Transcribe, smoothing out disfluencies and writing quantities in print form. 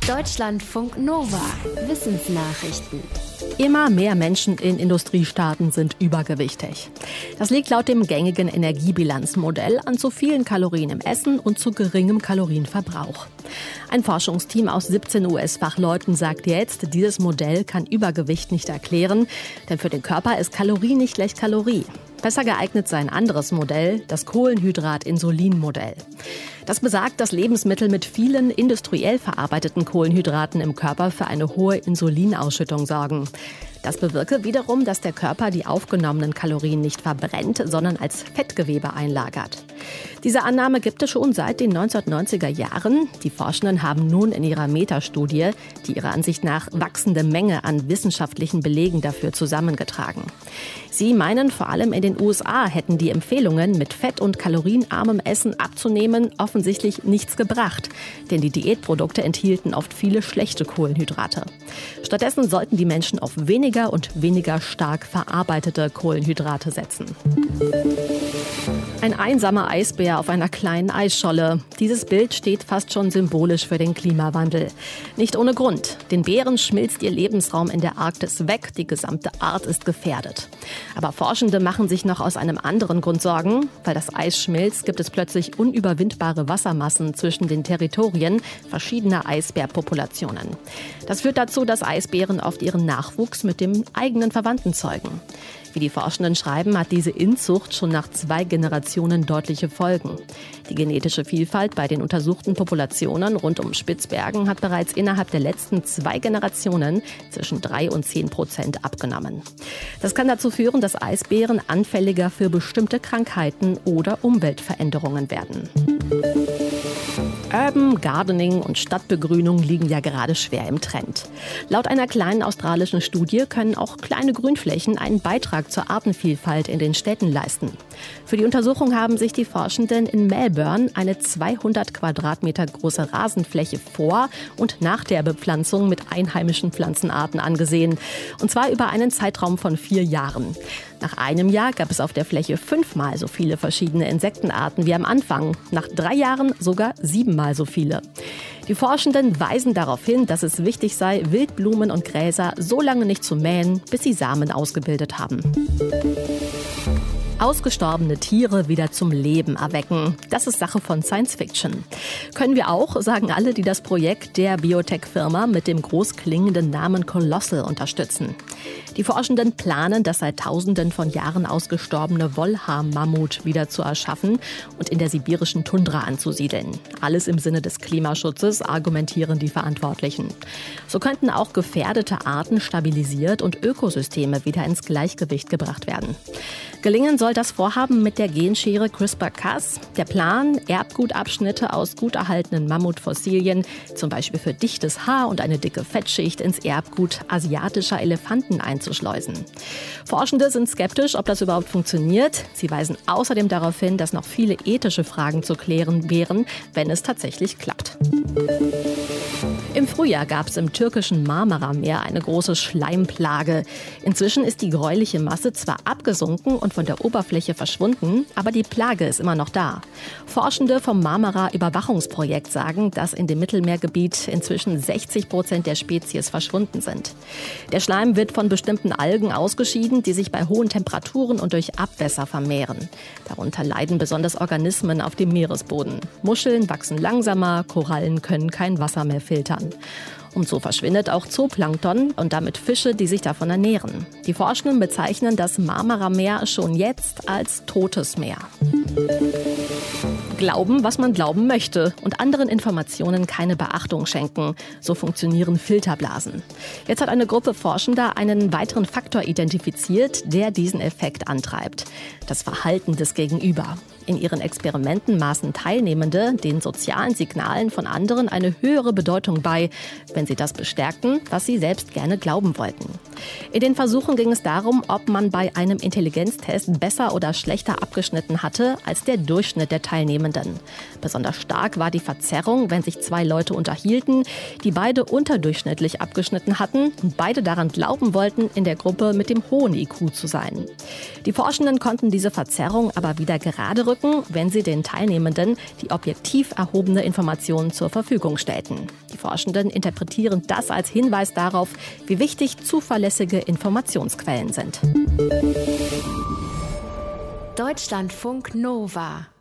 Deutschlandfunk Nova. Wissensnachrichten. Immer mehr Menschen in Industriestaaten sind übergewichtig. Das liegt laut dem gängigen Energiebilanzmodell an zu vielen Kalorien im Essen und zu geringem Kalorienverbrauch. Ein Forschungsteam aus 17 US-Fachleuten sagt jetzt, dieses Modell kann Übergewicht nicht erklären, denn für den Körper ist Kalorie nicht gleich Kalorie. Besser geeignet sei ein anderes Modell, das Kohlenhydrat-Insulin-Modell. Das besagt, dass Lebensmittel mit vielen industriell verarbeiteten Kohlenhydraten im Körper für eine hohe Insulinausschüttung sorgen. Das bewirke wiederum, dass der Körper die aufgenommenen Kalorien nicht verbrennt, sondern als Fettgewebe einlagert. Diese Annahme gibt es schon seit den 1990er Jahren. Die Forschenden haben nun in ihrer Metastudie die ihrer Ansicht nach wachsende Menge an wissenschaftlichen Belegen dafür zusammengetragen. Sie meinen, vor allem in den USA hätten die Empfehlungen, mit fett- und kalorienarmem Essen abzunehmen, offensichtlich nichts gebracht. Denn die Diätprodukte enthielten oft viele schlechte Kohlenhydrate. Stattdessen sollten die Menschen auf weniger und weniger stark verarbeitete Kohlenhydrate setzen. Ein einsamer Eisbär auf einer kleinen Eisscholle. Dieses Bild steht fast schon symbolisch für den Klimawandel. Nicht ohne Grund. Den Bären schmilzt ihr Lebensraum in der Arktis weg. Die gesamte Art ist gefährdet. Aber Forschende machen sich noch aus einem anderen Grund Sorgen. Weil das Eis schmilzt, gibt es plötzlich unüberwindbare Wassermassen zwischen den Territorien verschiedener Eisbärpopulationen. Das führt dazu, dass Eisbären oft ihren Nachwuchs mit dem eigenen Verwandten zeugen. Wie die Forschenden schreiben, hat diese Inzucht schon nach 2 Generationen deutliche Folgen. Die genetische Vielfalt bei den untersuchten Populationen rund um Spitzbergen hat bereits innerhalb der letzten 2 Generationen zwischen 3 und 10% abgenommen. Das kann dazu führen, dass Eisbären anfälliger für bestimmte Krankheiten oder Umweltveränderungen werden. Urban Gardening und Stadtbegrünung liegen ja gerade schwer im Trend. Laut einer kleinen australischen Studie können auch kleine Grünflächen einen Beitrag zur Artenvielfalt in den Städten leisten. Für die Untersuchung haben sich die Forschenden in Melbourne eine 200 Quadratmeter große Rasenfläche vor und nach der Bepflanzung mit einheimischen Pflanzenarten angesehen. Und zwar über einen Zeitraum von 4 Jahren. Nach einem Jahr gab es auf der Fläche 5-mal so viele verschiedene Insektenarten wie am Anfang. Nach 3 Jahren sogar 7-mal so viele. Die Forschenden weisen darauf hin, dass es wichtig sei, Wildblumen und Gräser so lange nicht zu mähen, bis sie Samen ausgebildet haben. Ausgestorbene Tiere wieder zum Leben erwecken. Das ist Sache von Science Fiction. Können wir auch, sagen alle, die das Projekt der Biotech-Firma mit dem großklingenden Namen Colossal unterstützen. Die Forschenden planen, das seit Tausenden von Jahren ausgestorbene Wollhaar-Mammut wieder zu erschaffen und in der sibirischen Tundra anzusiedeln. Alles im Sinne des Klimaschutzes, argumentieren die Verantwortlichen. So könnten auch gefährdete Arten stabilisiert und Ökosysteme wieder ins Gleichgewicht gebracht werden. Gelingen soll das Vorhaben mit der Genschere CRISPR-Cas. Der Plan, Erbgutabschnitte aus gut erhaltenen Mammutfossilien, zum Beispiel für dichtes Haar und eine dicke Fettschicht, ins Erbgut asiatischer Elefanten einzuschleusen. Forschende sind skeptisch, ob das überhaupt funktioniert. Sie weisen außerdem darauf hin, dass noch viele ethische Fragen zu klären wären, wenn es tatsächlich klappt. Im Frühjahr gab es im türkischen Marmara-Meer eine große Schleimplage. Inzwischen ist die gräuliche Masse zwar abgesunken und von der Oberfläche verschwunden, aber die Plage ist immer noch da. Forschende vom Marmara-Überwachungsprojekt sagen, dass in dem Mittelmeergebiet inzwischen 60% der Spezies verschwunden sind. Der Schleim wird von bestimmten Algen ausgeschieden, die sich bei hohen Temperaturen und durch Abwässer vermehren. Darunter leiden besonders Organismen auf dem Meeresboden. Muscheln wachsen langsamer, Korallen können kein Wasser mehr filtern. Und so verschwindet auch Zooplankton und damit Fische, die sich davon ernähren. Die Forschenden bezeichnen das Marmara-Meer schon jetzt als totes Meer. Glauben, was man glauben möchte und anderen Informationen keine Beachtung schenken. So funktionieren Filterblasen. Jetzt hat eine Gruppe Forschender einen weiteren Faktor identifiziert, der diesen Effekt antreibt. Das Verhalten des Gegenüber. In ihren Experimenten maßen Teilnehmende den sozialen Signalen von anderen eine höhere Bedeutung bei, wenn sie das bestärkten, was sie selbst gerne glauben wollten. In den Versuchen ging es darum, ob man bei einem Intelligenztest besser oder schlechter abgeschnitten hatte als der Durchschnitt der Teilnehmenden. Teilnehmenden. Besonders stark war die Verzerrung, wenn sich zwei Leute unterhielten, die beide unterdurchschnittlich abgeschnitten hatten und beide daran glauben wollten, in der Gruppe mit dem hohen IQ zu sein. Die Forschenden konnten diese Verzerrung aber wieder gerade rücken, wenn sie den Teilnehmenden die objektiv erhobene Informationen zur Verfügung stellten. Die Forschenden interpretieren das als Hinweis darauf, wie wichtig zuverlässige Informationsquellen sind. Deutschlandfunk Nova